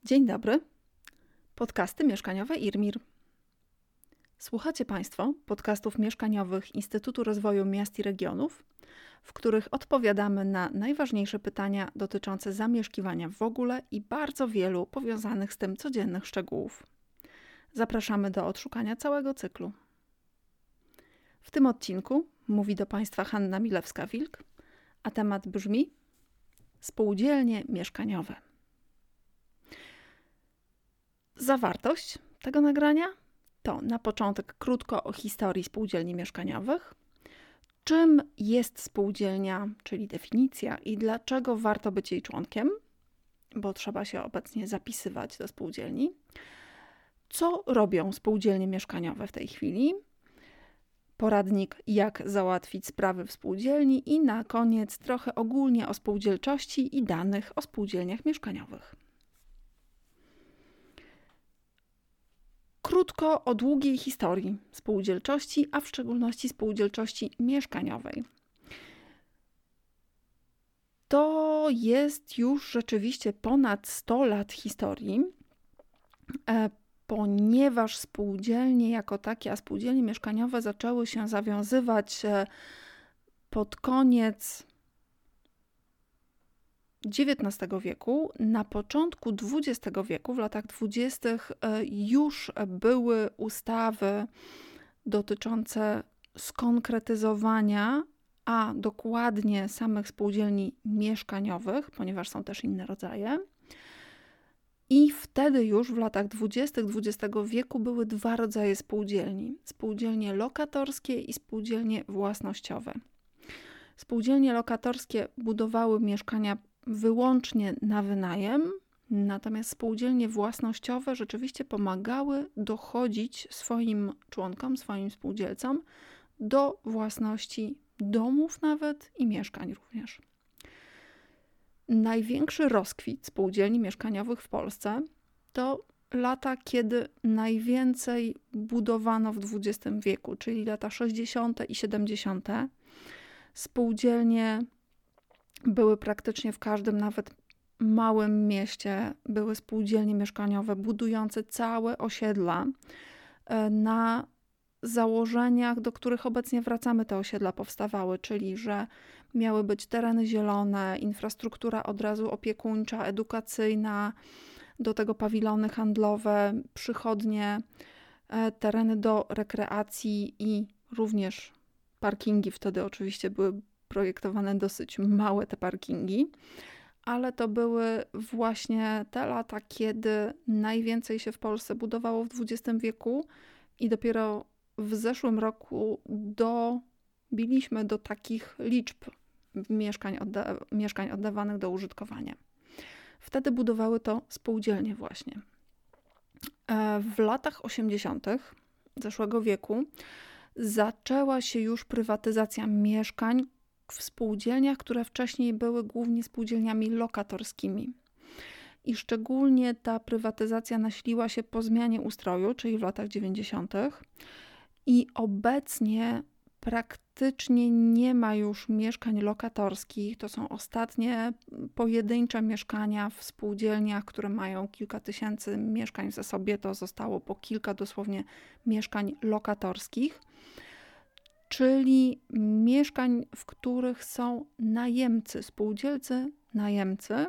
Dzień dobry. Podcasty mieszkaniowe IRMIR. Słuchacie Państwo podcastów mieszkaniowych Instytutu Rozwoju Miast i Regionów, w których odpowiadamy na najważniejsze pytania dotyczące zamieszkiwania w ogóle i bardzo wielu powiązanych z tym codziennych szczegółów. Zapraszamy do odszukania całego cyklu. W tym odcinku mówi do Państwa Hanna Milewska-Wilk, a temat brzmi: spółdzielnie mieszkaniowe. Zawartość tego nagrania to na początek krótko o historii spółdzielni mieszkaniowych, czym jest spółdzielnia, czyli definicja i dlaczego warto być jej członkiem, bo trzeba się obecnie zapisywać do spółdzielni, co robią spółdzielnie mieszkaniowe w tej chwili, poradnik jak załatwić sprawy w spółdzielni i na koniec trochę ogólnie o spółdzielczości i danych o spółdzielniach mieszkaniowych. Krótko o długiej historii spółdzielczości, a w szczególności spółdzielczości mieszkaniowej. To jest już rzeczywiście ponad 100 lat historii, ponieważ spółdzielnie jako takie, a spółdzielnie mieszkaniowe zaczęły się zawiązywać pod koniec XIX wieku, na początku XX wieku, w latach 20. już były ustawy dotyczące skonkretyzowania, a dokładnie samych spółdzielni mieszkaniowych, ponieważ są też inne rodzaje. I wtedy już w latach 20. XX wieku były dwa rodzaje spółdzielni. Spółdzielnie lokatorskie i spółdzielnie własnościowe. Spółdzielnie lokatorskie budowały mieszkania wyłącznie na wynajem, natomiast spółdzielnie własnościowe rzeczywiście pomagały dochodzić swoim członkom, swoim spółdzielcom do własności domów nawet i mieszkań również. Największy rozkwit spółdzielni mieszkaniowych w Polsce to lata, kiedy najwięcej budowano w XX wieku, czyli lata 60. i 70. Spółdzielnie były praktycznie w każdym, nawet małym mieście, były spółdzielnie mieszkaniowe budujące całe osiedla na założeniach, do których obecnie wracamy. Te osiedla powstawały, czyli że miały być tereny zielone, infrastruktura od razu opiekuńcza, edukacyjna, do tego pawilony handlowe, przychodnie, tereny do rekreacji i również parkingi. Wtedy oczywiście były projektowane dosyć małe te parkingi, ale to były właśnie te lata, kiedy najwięcej się w Polsce budowało w XX wieku i dopiero w zeszłym roku dobiliśmy do takich liczb mieszkań oddawanych do użytkowania. Wtedy budowały to spółdzielnie właśnie. W latach 80. zeszłego wieku zaczęła się już prywatyzacja mieszkań w spółdzielniach, które wcześniej były głównie spółdzielniami lokatorskimi. I szczególnie ta prywatyzacja nasiliła się po zmianie ustroju, czyli w latach 90. I obecnie praktycznie nie ma już mieszkań lokatorskich. To są ostatnie pojedyncze mieszkania w spółdzielniach, które mają kilka tysięcy mieszkań w zasobie. To zostało po kilka dosłownie mieszkań lokatorskich, czyli mieszkań, w których są najemcy, spółdzielcy, najemcy.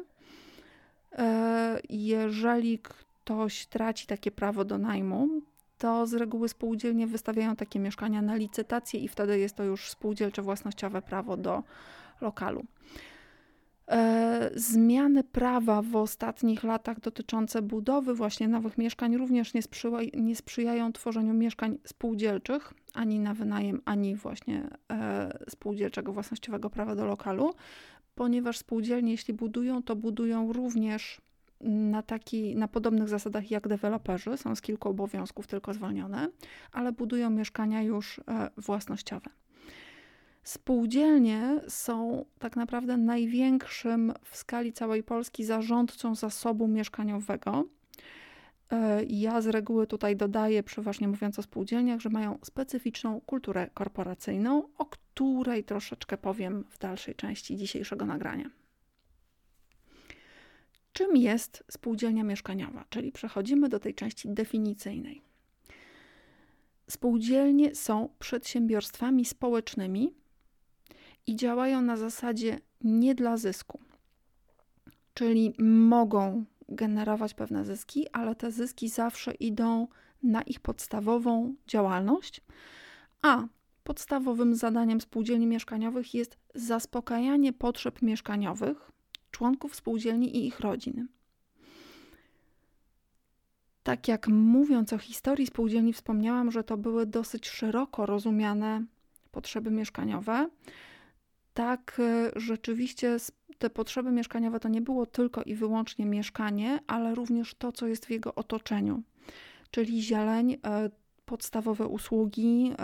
Jeżeli ktoś traci takie prawo do najmu, to z reguły spółdzielnie wystawiają takie mieszkania na licytację i wtedy jest to już spółdzielcze własnościowe prawo do lokalu. Zmiany prawa w ostatnich latach dotyczące budowy właśnie nowych mieszkań również nie sprzyjają tworzeniu mieszkań spółdzielczych, ani na wynajem, ani właśnie spółdzielczego własnościowego prawa do lokalu, ponieważ spółdzielnie, jeśli budują, to budują również na podobnych zasadach jak deweloperzy, są z kilku obowiązków tylko zwolnione, ale budują mieszkania już własnościowe. Spółdzielnie są tak naprawdę największym w skali całej Polski zarządcą zasobu mieszkaniowego. Ja z reguły tutaj dodaję, przeważnie mówiąc o spółdzielniach, że mają specyficzną kulturę korporacyjną, o której troszeczkę powiem w dalszej części dzisiejszego nagrania. Czym jest spółdzielnia mieszkaniowa? Czyli przechodzimy do tej części definicyjnej. Spółdzielnie są przedsiębiorstwami społecznymi i działają na zasadzie nie dla zysku. Czyli mogą generować pewne zyski, ale te zyski zawsze idą na ich podstawową działalność, a podstawowym zadaniem spółdzielni mieszkaniowych jest zaspokajanie potrzeb mieszkaniowych członków spółdzielni i ich rodzin. Tak jak mówiąc o historii spółdzielni, wspomniałam, że to były dosyć szeroko rozumiane potrzeby mieszkaniowe. Tak, rzeczywiście te potrzeby mieszkaniowe to nie było tylko i wyłącznie mieszkanie, ale również to, co jest w jego otoczeniu, czyli zieleń, podstawowe usługi,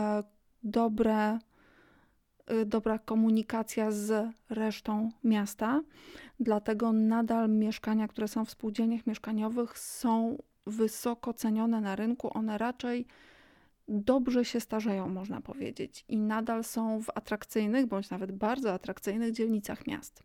dobra komunikacja z resztą miasta. Dlatego nadal mieszkania, które są w spółdzielniach mieszkaniowych, są wysoko cenione na rynku. One raczej dobrze się starzeją, można powiedzieć, i nadal są w atrakcyjnych, bądź nawet bardzo atrakcyjnych dzielnicach miast.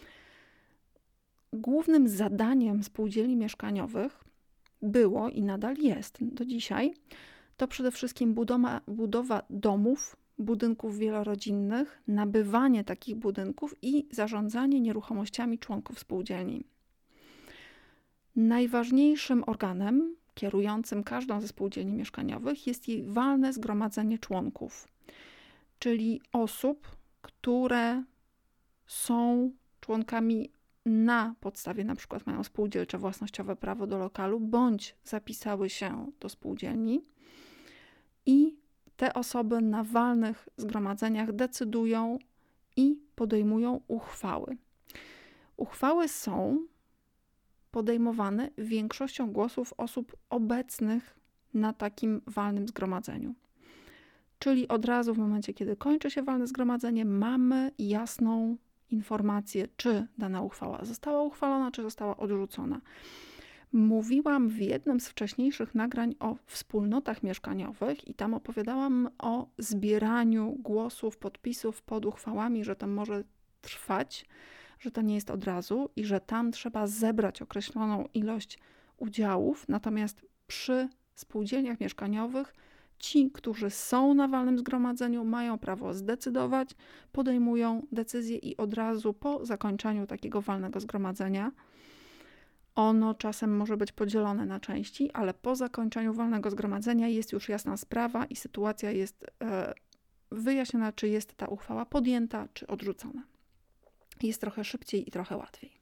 Głównym zadaniem spółdzielni mieszkaniowych było i nadal jest do dzisiaj, to przede wszystkim budowa domów, budynków wielorodzinnych, nabywanie takich budynków i zarządzanie nieruchomościami członków spółdzielni. Najważniejszym organem kierującym każdą ze spółdzielni mieszkaniowych jest jej walne zgromadzenie członków, czyli osób, które są członkami na podstawie, na przykład mają spółdzielcze własnościowe prawo do lokalu, bądź zapisały się do spółdzielni i te osoby na walnych zgromadzeniach decydują i podejmują uchwały. Uchwały są podejmowane większością głosów osób obecnych na takim walnym zgromadzeniu. Czyli od razu w momencie, kiedy kończy się walne zgromadzenie, mamy jasną informację, czy dana uchwała została uchwalona, czy została odrzucona. Mówiłam w jednym z wcześniejszych nagrań o wspólnotach mieszkaniowych i tam opowiadałam o zbieraniu głosów, podpisów pod uchwałami, że to może trwać, że to nie jest od razu i że tam trzeba zebrać określoną ilość udziałów. Natomiast przy spółdzielniach mieszkaniowych ci, którzy są na walnym zgromadzeniu, mają prawo zdecydować, podejmują decyzję i od razu po zakończeniu takiego walnego zgromadzenia, ono czasem może być podzielone na części, ale po zakończeniu walnego zgromadzenia jest już jasna sprawa i sytuacja jest wyjaśniona, czy jest ta uchwała podjęta, czy odrzucona. Jest trochę szybciej i trochę łatwiej.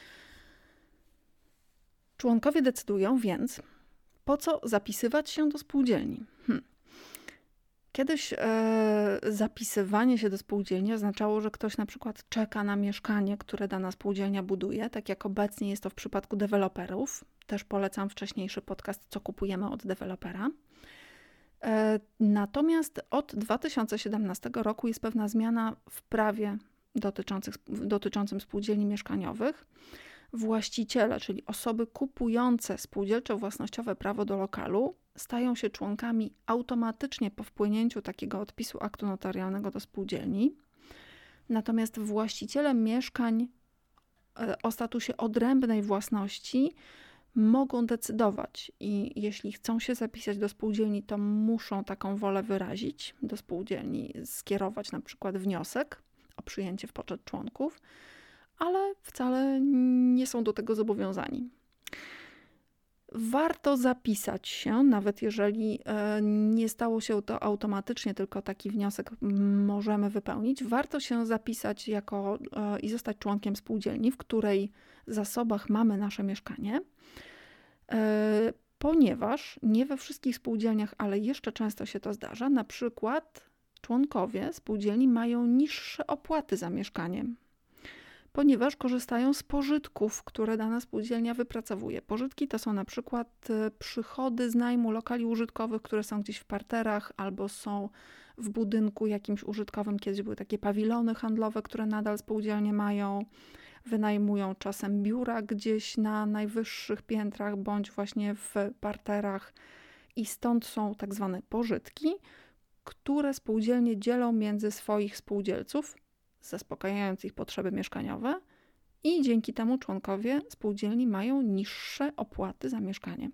Członkowie decydują więc, po co zapisywać się do spółdzielni. Kiedyś zapisywanie się do spółdzielni oznaczało, że ktoś na przykład czeka na mieszkanie, które dana spółdzielnia buduje, tak jak obecnie jest to w przypadku deweloperów. Też polecam wcześniejszy podcast, co kupujemy od dewelopera. Natomiast od 2017 roku jest pewna zmiana w prawie dotyczącym spółdzielni mieszkaniowych. Właściciele, czyli osoby kupujące spółdzielcze własnościowe prawo do lokalu, stają się członkami automatycznie po wpłynięciu takiego odpisu aktu notarialnego do spółdzielni. Natomiast właściciele mieszkań o statusie odrębnej własności mogą decydować i jeśli chcą się zapisać do spółdzielni, to muszą taką wolę wyrazić do spółdzielni, skierować na przykład wniosek o przyjęcie w poczet członków, ale wcale nie są do tego zobowiązani. Warto zapisać się, nawet jeżeli nie stało się to automatycznie, tylko taki wniosek możemy wypełnić. Warto się zapisać i zostać członkiem spółdzielni, w której zasobach mamy nasze mieszkanie, ponieważ nie we wszystkich spółdzielniach, ale jeszcze często się to zdarza, na przykład członkowie spółdzielni mają niższe opłaty za mieszkanie, ponieważ korzystają z pożytków, które dana spółdzielnia wypracowuje. Pożytki to są na przykład przychody z najmu lokali użytkowych, które są gdzieś w parterach albo są w budynku jakimś użytkowym. Kiedyś były takie pawilony handlowe, które nadal spółdzielnie mają. Wynajmują czasem biura gdzieś na najwyższych piętrach bądź właśnie w parterach i stąd są tak zwane pożytki, które spółdzielnie dzielą między swoich spółdzielców, zaspokajając ich potrzeby mieszkaniowe i dzięki temu członkowie spółdzielni mają niższe opłaty za mieszkanie.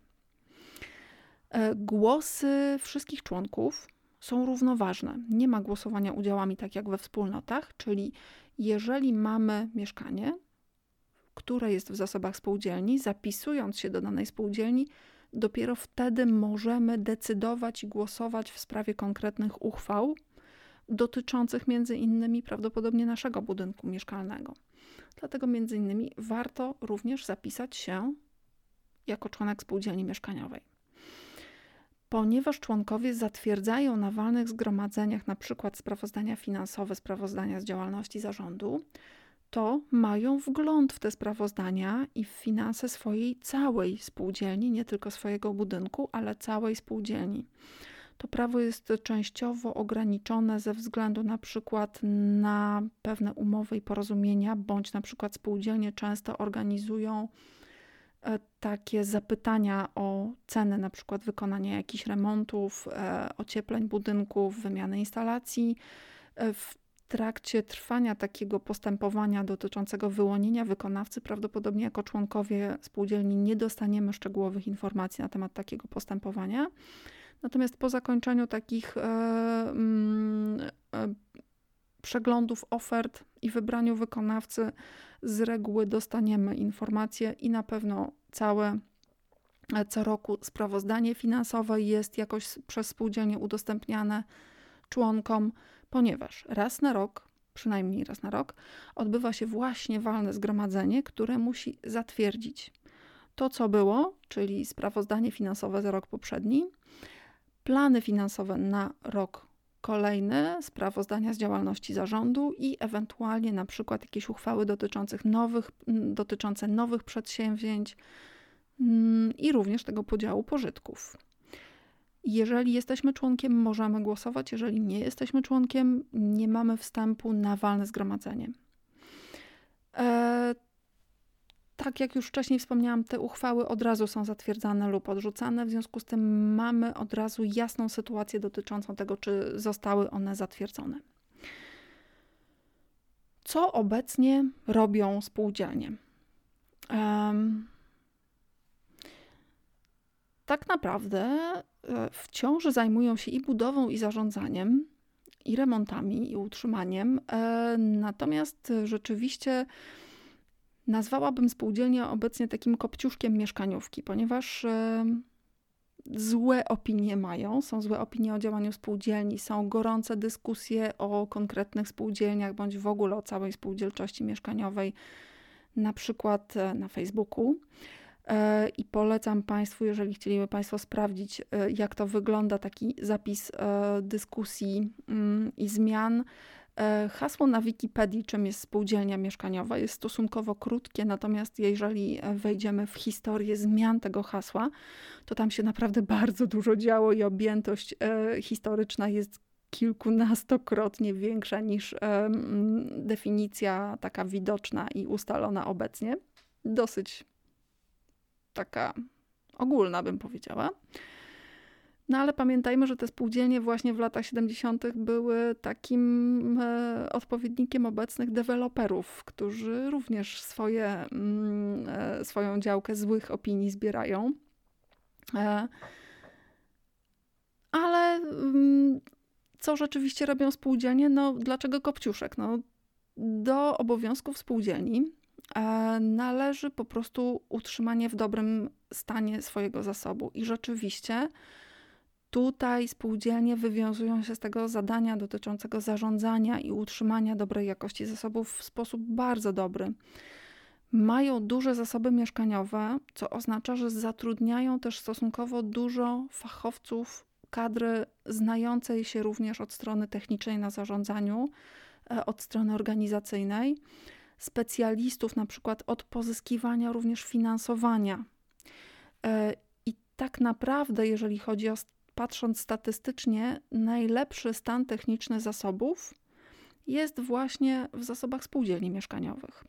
Głosy wszystkich członków są równoważne. Nie ma głosowania udziałami tak jak we wspólnotach, czyli jeżeli mamy mieszkanie, które jest w zasobach spółdzielni, zapisując się do danej spółdzielni, dopiero wtedy możemy decydować i głosować w sprawie konkretnych uchwał dotyczących między innymi prawdopodobnie naszego budynku mieszkalnego. Dlatego między innymi warto również zapisać się jako członek spółdzielni mieszkaniowej. Ponieważ członkowie zatwierdzają na walnych zgromadzeniach na przykład sprawozdania finansowe, sprawozdania z działalności zarządu, to mają wgląd w te sprawozdania i w finanse swojej całej spółdzielni, nie tylko swojego budynku, ale całej spółdzielni. To prawo jest częściowo ograniczone ze względu na przykład na pewne umowy i porozumienia, bądź na przykład spółdzielnie często organizują takie zapytania o ceny, na przykład wykonania jakichś remontów, ociepleń budynków, wymiany instalacji. W trakcie trwania takiego postępowania dotyczącego wyłonienia wykonawcy prawdopodobnie jako członkowie spółdzielni nie dostaniemy szczegółowych informacji na temat takiego postępowania. Natomiast po zakończeniu takich przeglądów ofert i wybraniu wykonawcy z reguły dostaniemy informacje i na pewno całe co roku sprawozdanie finansowe jest jakoś przez spółdzielnię udostępniane członkom, ponieważ raz na rok, przynajmniej raz na rok, odbywa się właśnie walne zgromadzenie, które musi zatwierdzić to, co było, czyli sprawozdanie finansowe za rok poprzedni, plany finansowe na rok kolejny, sprawozdania z działalności zarządu i ewentualnie na przykład jakieś uchwały dotyczące nowych przedsięwzięć i również tego podziału pożytków. Jeżeli jesteśmy członkiem, możemy głosować. Jeżeli nie jesteśmy członkiem, nie mamy wstępu na walne zgromadzenie. Tak jak już wcześniej wspomniałam, te uchwały od razu są zatwierdzane lub odrzucane, w związku z tym mamy od razu jasną sytuację dotyczącą tego, czy zostały one zatwierdzone. Co obecnie robią spółdzielnie? Tak naprawdę wciąż zajmują się i budową, i zarządzaniem, i remontami, i utrzymaniem, natomiast rzeczywiście nazwałabym spółdzielnię obecnie takim kopciuszkiem mieszkaniówki, ponieważ złe opinie mają, są złe opinie o działaniu spółdzielni, są gorące dyskusje o konkretnych spółdzielniach, bądź w ogóle o całej spółdzielczości mieszkaniowej, na przykład na Facebooku. I polecam Państwu, jeżeli chcieliby Państwo sprawdzić, jak to wygląda, taki zapis dyskusji i zmian. Hasło na Wikipedii, czym jest spółdzielnia mieszkaniowa, jest stosunkowo krótkie, natomiast jeżeli wejdziemy w historię zmian tego hasła, to tam się naprawdę bardzo dużo działo i objętość historyczna jest kilkunastokrotnie większa niż definicja taka widoczna i ustalona obecnie. Dosyć taka ogólna, bym powiedziała. No ale pamiętajmy, że te spółdzielnie właśnie w latach 70. były takim odpowiednikiem obecnych deweloperów, którzy również swoją działkę złych opinii zbierają. Ale co rzeczywiście robią spółdzielnie? No dlaczego kopciuszek? No, do obowiązków spółdzielni należy po prostu utrzymanie w dobrym stanie swojego zasobu. I rzeczywiście tutaj spółdzielnie wywiązują się z tego zadania dotyczącego zarządzania i utrzymania dobrej jakości zasobów w sposób bardzo dobry. Mają duże zasoby mieszkaniowe, co oznacza, że zatrudniają też stosunkowo dużo fachowców, kadry znającej się również od strony technicznej na zarządzaniu, od strony organizacyjnej, specjalistów na przykład od pozyskiwania również finansowania. I tak naprawdę, jeżeli chodzi o, patrząc statystycznie, najlepszy stan techniczny zasobów jest właśnie w zasobach spółdzielni mieszkaniowych.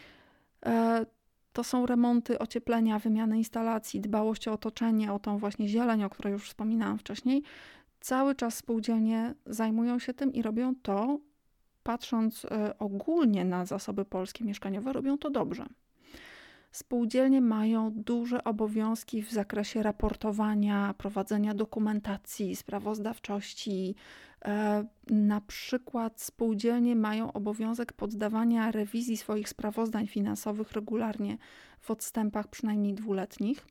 To są remonty, ocieplenia, wymiany instalacji, dbałość o otoczenie, o tą właśnie zieleń, o której już wspominałam wcześniej. Cały czas spółdzielnie zajmują się tym i robią to patrząc ogólnie na zasoby polskie mieszkaniowe, robią to dobrze. Spółdzielnie mają duże obowiązki w zakresie raportowania, prowadzenia dokumentacji, sprawozdawczości. Na przykład spółdzielnie mają obowiązek poddawania rewizji swoich sprawozdań finansowych regularnie w odstępach przynajmniej 2-letnich.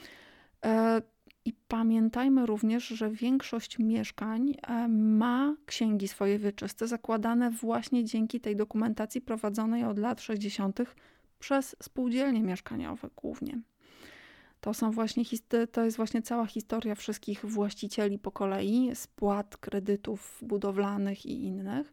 I pamiętajmy również, że większość mieszkań ma księgi swoje wieczyste zakładane właśnie dzięki tej dokumentacji prowadzonej od lat 60. przez spółdzielnie mieszkaniowe głównie. To jest właśnie cała historia wszystkich właścicieli po kolei, spłat kredytów budowlanych i innych,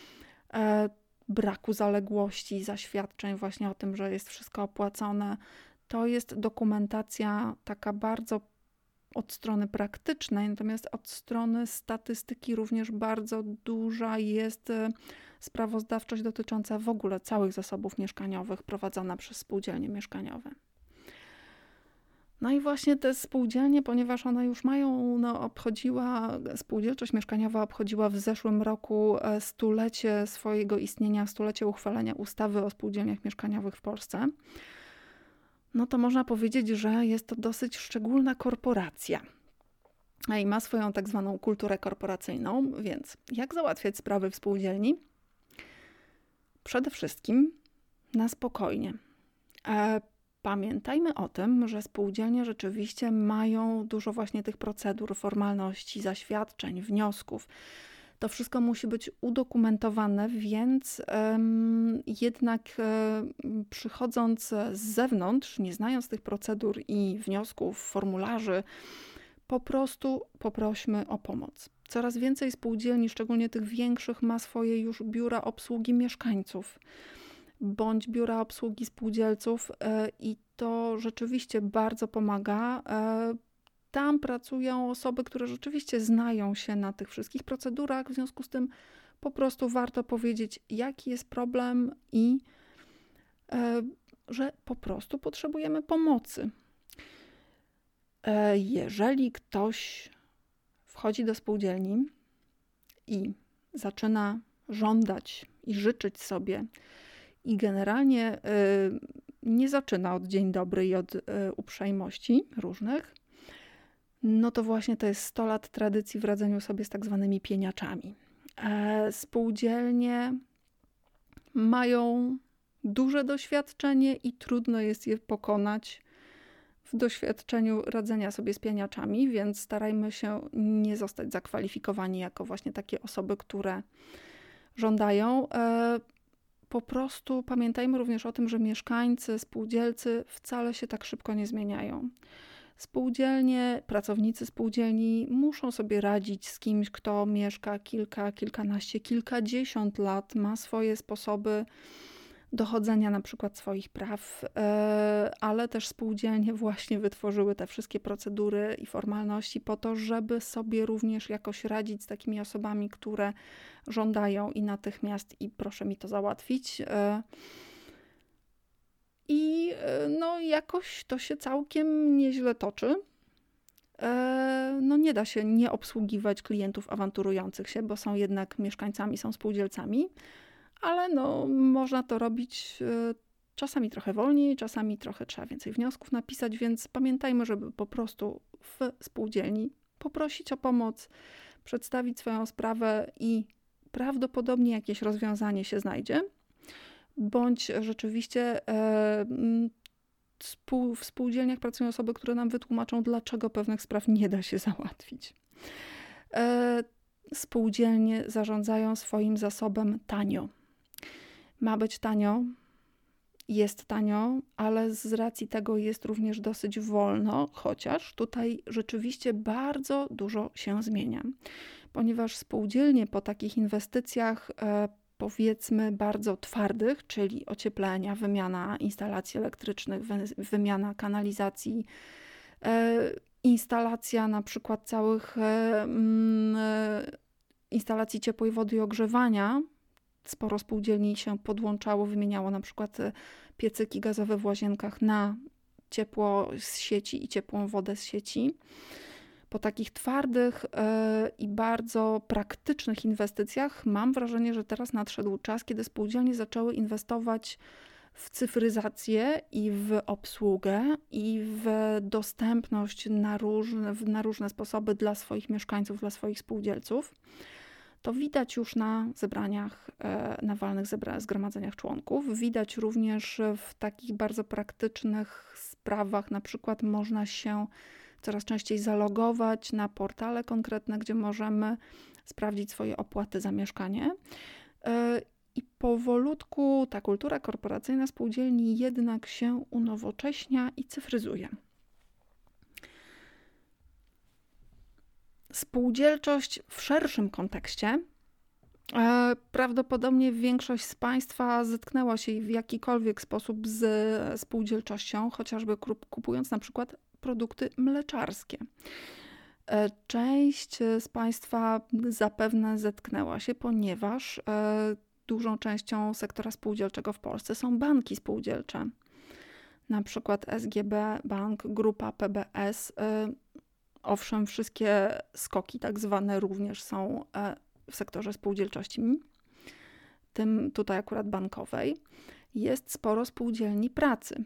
braku zaległości, zaświadczeń właśnie o tym, że jest wszystko opłacone. To jest dokumentacja taka bardzo od strony praktycznej, natomiast od strony statystyki również bardzo duża jest sprawozdawczość dotycząca w ogóle całych zasobów mieszkaniowych prowadzona przez spółdzielnie mieszkaniowe. No i właśnie te spółdzielnie, ponieważ one już mają, spółdzielczość mieszkaniowa obchodziła w zeszłym roku 100-lecie swojego istnienia, 100-lecie uchwalenia ustawy o spółdzielniach mieszkaniowych w Polsce. No to można powiedzieć, że jest to dosyć szczególna korporacja i ma swoją tak zwaną kulturę korporacyjną, więc jak załatwiać sprawy w spółdzielni? Przede wszystkim na spokojnie. Pamiętajmy o tym, że spółdzielnie rzeczywiście mają dużo właśnie tych procedur, formalności, zaświadczeń, wniosków. To wszystko musi być udokumentowane, więc jednak przychodząc z zewnątrz, nie znając tych procedur i wniosków, formularzy, po prostu poprośmy o pomoc. Coraz więcej spółdzielni, szczególnie tych większych, ma swoje już biura obsługi mieszkańców bądź biura obsługi spółdzielców i to rzeczywiście bardzo pomaga. Tam pracują osoby, które rzeczywiście znają się na tych wszystkich procedurach, w związku z tym po prostu warto powiedzieć, jaki jest problem i że po prostu potrzebujemy pomocy. Jeżeli ktoś wchodzi do spółdzielni i zaczyna żądać i życzyć sobie i generalnie nie zaczyna od dzień dobry i od uprzejmości różnych, no to właśnie to jest 100 lat tradycji w radzeniu sobie z tak zwanymi pieniaczami. Spółdzielnie mają duże doświadczenie i trudno jest je pokonać w doświadczeniu radzenia sobie z pieniaczami, więc starajmy się nie zostać zakwalifikowani jako właśnie takie osoby, które żądają. Po prostu pamiętajmy również o tym, że mieszkańcy, spółdzielcy wcale się tak szybko nie zmieniają. Spółdzielnie, pracownicy spółdzielni muszą sobie radzić z kimś, kto mieszka kilkanaście, kilkadziesiąt lat, ma swoje sposoby dochodzenia na przykład swoich praw, ale też spółdzielnie właśnie wytworzyły te wszystkie procedury i formalności po to, żeby sobie również jakoś radzić z takimi osobami, które żądają i natychmiast i proszę mi to załatwić. I no jakoś to się całkiem nieźle toczy. No nie da się nie obsługiwać klientów awanturujących się, bo są jednak mieszkańcami, są spółdzielcami, ale no można to robić czasami trochę wolniej, czasami trochę trzeba więcej wniosków napisać, więc pamiętajmy, żeby po prostu w spółdzielni poprosić o pomoc, przedstawić swoją sprawę i prawdopodobnie jakieś rozwiązanie się znajdzie. Bądź rzeczywiście w spółdzielniach pracują osoby, które nam wytłumaczą, dlaczego pewnych spraw nie da się załatwić. Spółdzielnie zarządzają swoim zasobem tanio. Ma być tanio, jest tanio, ale z racji tego jest również dosyć wolno, chociaż tutaj rzeczywiście bardzo dużo się zmienia, ponieważ spółdzielnie po takich inwestycjach powiedzmy bardzo twardych, czyli ocieplenia, wymiana instalacji elektrycznych, wymiana kanalizacji, instalacja na przykład całych instalacji ciepłej wody i ogrzewania. Sporo spółdzielni się podłączało, wymieniało na przykład piecyki gazowe w łazienkach na ciepło z sieci i ciepłą wodę z sieci. Po takich twardych i bardzo praktycznych inwestycjach mam wrażenie, że teraz nadszedł czas, kiedy spółdzielnie zaczęły inwestować w cyfryzację i w obsługę i w dostępność na różne sposoby dla swoich mieszkańców, dla swoich spółdzielców. To widać już na zebraniach, na walnych zgromadzeniach członków. Widać również w takich bardzo praktycznych sprawach. Na przykład można się coraz częściej zalogować na portale konkretne, gdzie możemy sprawdzić swoje opłaty za mieszkanie. I powolutku ta kultura korporacyjna spółdzielni jednak się unowocześnia i cyfryzuje. Spółdzielczość w szerszym kontekście. Prawdopodobnie większość z Państwa zetknęła się w jakikolwiek sposób z spółdzielczością, chociażby kupując na przykład produkty mleczarskie. Część z Państwa zapewne zetknęła się, ponieważ dużą częścią sektora spółdzielczego w Polsce są banki spółdzielcze. Na przykład SGB Bank, Grupa PBS. Owszem, wszystkie SKOK-i tak zwane również są w sektorze spółdzielczości, tym tutaj akurat bankowej. Jest sporo spółdzielni pracy.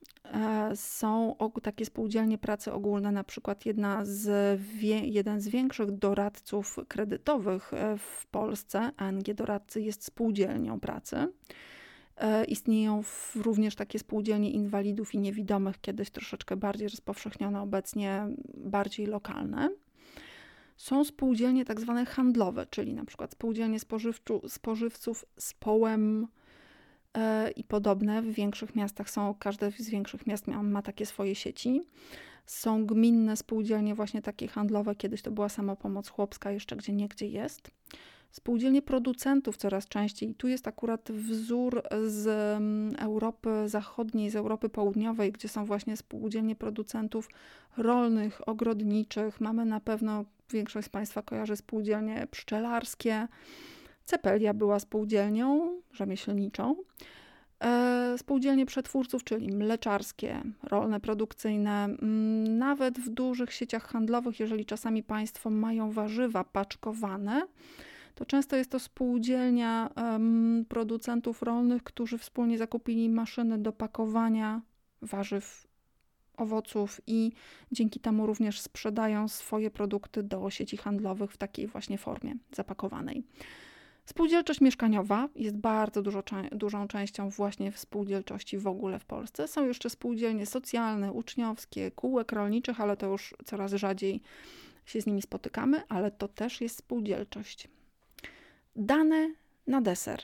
Są takie spółdzielnie pracy ogólne, na przykład jeden z większych doradców kredytowych w Polsce, ANG Doradcy, jest spółdzielnią pracy. Istnieją również takie spółdzielnie inwalidów i niewidomych, kiedyś troszeczkę bardziej rozpowszechnione, obecnie bardziej lokalne. Są spółdzielnie tak zwane handlowe, czyli na przykład spółdzielnie spożywców, Społem i podobne. W większych miastach każde z większych miast ma takie swoje sieci. Są gminne spółdzielnie właśnie takie handlowe, kiedyś to była Samopomoc Chłopska, jeszcze gdzieniegdzie jest. Spółdzielnie producentów coraz częściej. Tu jest akurat wzór z Europy Zachodniej, z Europy Południowej, gdzie są właśnie spółdzielnie producentów rolnych, ogrodniczych. Mamy na pewno, większość z Państwa kojarzy spółdzielnie pszczelarskie. Cepelia była spółdzielnią rzemieślniczą. Spółdzielnie przetwórców, czyli mleczarskie, rolne, produkcyjne. Nawet w dużych sieciach handlowych, jeżeli czasami Państwo mają warzywa paczkowane, to często jest to spółdzielnia producentów rolnych, którzy wspólnie zakupili maszyny do pakowania warzyw, owoców i dzięki temu również sprzedają swoje produkty do sieci handlowych w takiej właśnie formie zapakowanej. Spółdzielczość mieszkaniowa jest bardzo dużą częścią właśnie w spółdzielczości w ogóle w Polsce. Są jeszcze spółdzielnie socjalne, uczniowskie, kółek rolniczych, ale to już coraz rzadziej się z nimi spotykamy, ale to też jest spółdzielczość. Dane na deser.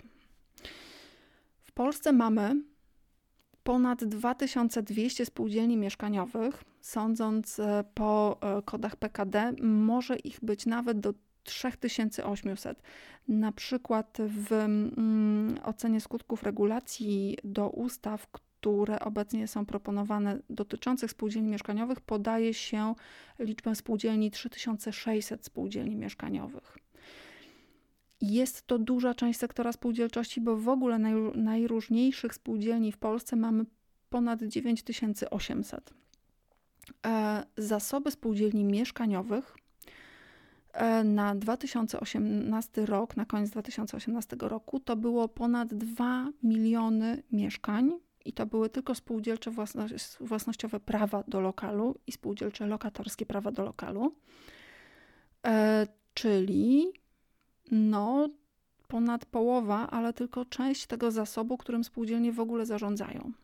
W Polsce mamy ponad 2200 spółdzielni mieszkaniowych. Sądząc po kodach PKD, może ich być nawet do 3800. Na przykład w ocenie skutków regulacji do ustaw, które obecnie są proponowane dotyczących spółdzielni mieszkaniowych, podaje się liczbę spółdzielni 3600 spółdzielni mieszkaniowych. Jest to duża część sektora spółdzielczości, bo w ogóle najróżniejszych spółdzielni w Polsce mamy ponad 9800. Zasoby spółdzielni mieszkaniowych na 2018 rok, na koniec 2018 roku, to było ponad 2 miliony mieszkań i to były tylko spółdzielcze własnościowe prawa do lokalu i spółdzielcze lokatorskie prawa do lokalu, czyli ponad połowa, ale tylko część tego zasobu, którym spółdzielnie w ogóle zarządzają.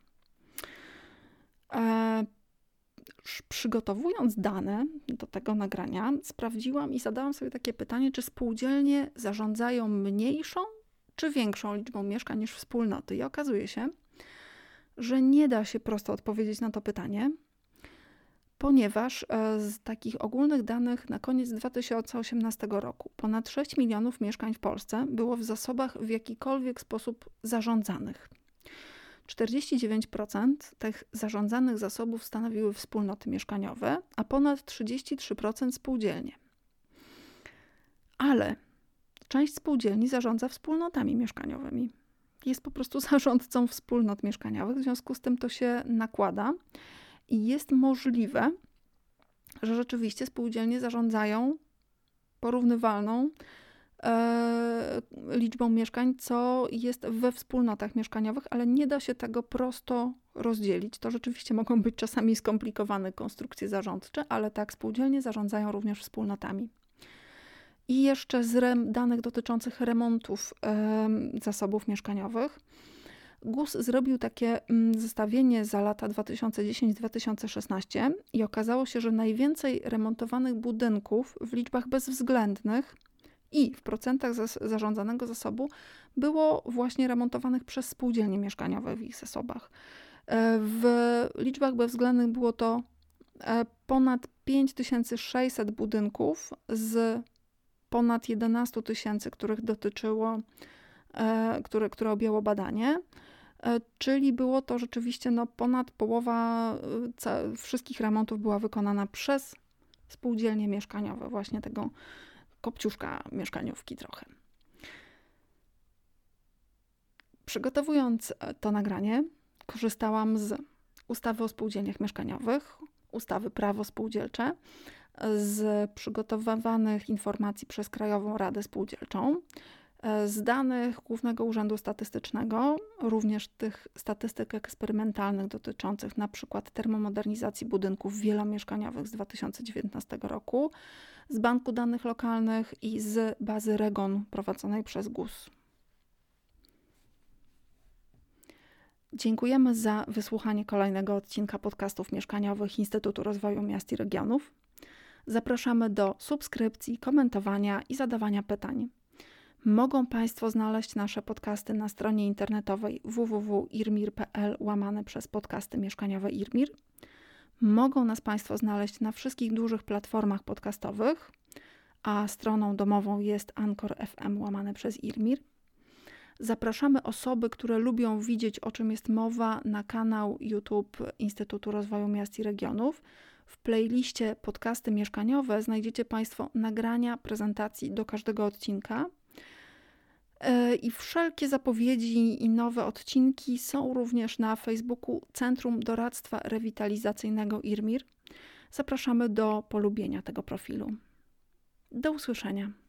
Przygotowując dane do tego nagrania, sprawdziłam i zadałam sobie takie pytanie, czy spółdzielnie zarządzają mniejszą czy większą liczbą mieszkań niż wspólnoty. I okazuje się, że nie da się prosto odpowiedzieć na to pytanie, ponieważ z takich ogólnych danych na koniec 2018 roku ponad 6 milionów mieszkań w Polsce było w zasobach w jakikolwiek sposób zarządzanych. 49% tych zarządzanych zasobów stanowiły wspólnoty mieszkaniowe, a ponad 33% spółdzielnie. Ale część spółdzielni zarządza wspólnotami mieszkaniowymi. Jest po prostu zarządcą wspólnot mieszkaniowych, w związku z tym to się nakłada i jest możliwe, że rzeczywiście spółdzielnie zarządzają porównywalną liczbą mieszkań, co jest we wspólnotach mieszkaniowych, ale nie da się tego prosto rozdzielić. To rzeczywiście mogą być czasami skomplikowane konstrukcje zarządcze, ale tak, spółdzielnie zarządzają również wspólnotami. I jeszcze z danych dotyczących remontów zasobów mieszkaniowych. GUS zrobił takie zestawienie za lata 2010-2016 i okazało się, że najwięcej remontowanych budynków w liczbach bezwzględnych i w procentach zarządzanego zasobu było właśnie remontowanych przez spółdzielnie mieszkaniowe w ich zasobach. W liczbach bezwzględnych było to ponad 5600 budynków z ponad 11 000, których dotyczyło, które objęło badanie, czyli było to rzeczywiście ponad połowa wszystkich remontów była wykonana przez spółdzielnie mieszkaniowe, właśnie tego kopciuszka mieszkaniówki trochę. Przygotowując to nagranie, korzystałam z ustawy o spółdzielniach mieszkaniowych, ustawy Prawo Spółdzielcze, z przygotowywanych informacji przez Krajową Radę Spółdzielczą, z danych Głównego Urzędu Statystycznego, również tych statystyk eksperymentalnych dotyczących na przykład termomodernizacji budynków wielomieszkaniowych z 2019 roku, z Banku Danych Lokalnych i z bazy REGON prowadzonej przez GUS. Dziękujemy za wysłuchanie kolejnego odcinka podcastów mieszkaniowych Instytutu Rozwoju Miast i Regionów. Zapraszamy do subskrypcji, komentowania i zadawania pytań. Mogą Państwo znaleźć nasze podcasty na stronie internetowej www.irmir.pl/podcasty mieszkaniowe IRMIR. Mogą nas Państwo znaleźć na wszystkich dużych platformach podcastowych, a stroną domową jest Anchor FM/IRMIR. Zapraszamy osoby, które lubią widzieć, o czym jest mowa, na kanał YouTube Instytutu Rozwoju Miast i Regionów. W playliście podcasty mieszkaniowe znajdziecie Państwo nagrania prezentacji do każdego odcinka. I wszelkie zapowiedzi i nowe odcinki są również na Facebooku Centrum Doradztwa Rewitalizacyjnego IRMIR. Zapraszamy do polubienia tego profilu. Do usłyszenia.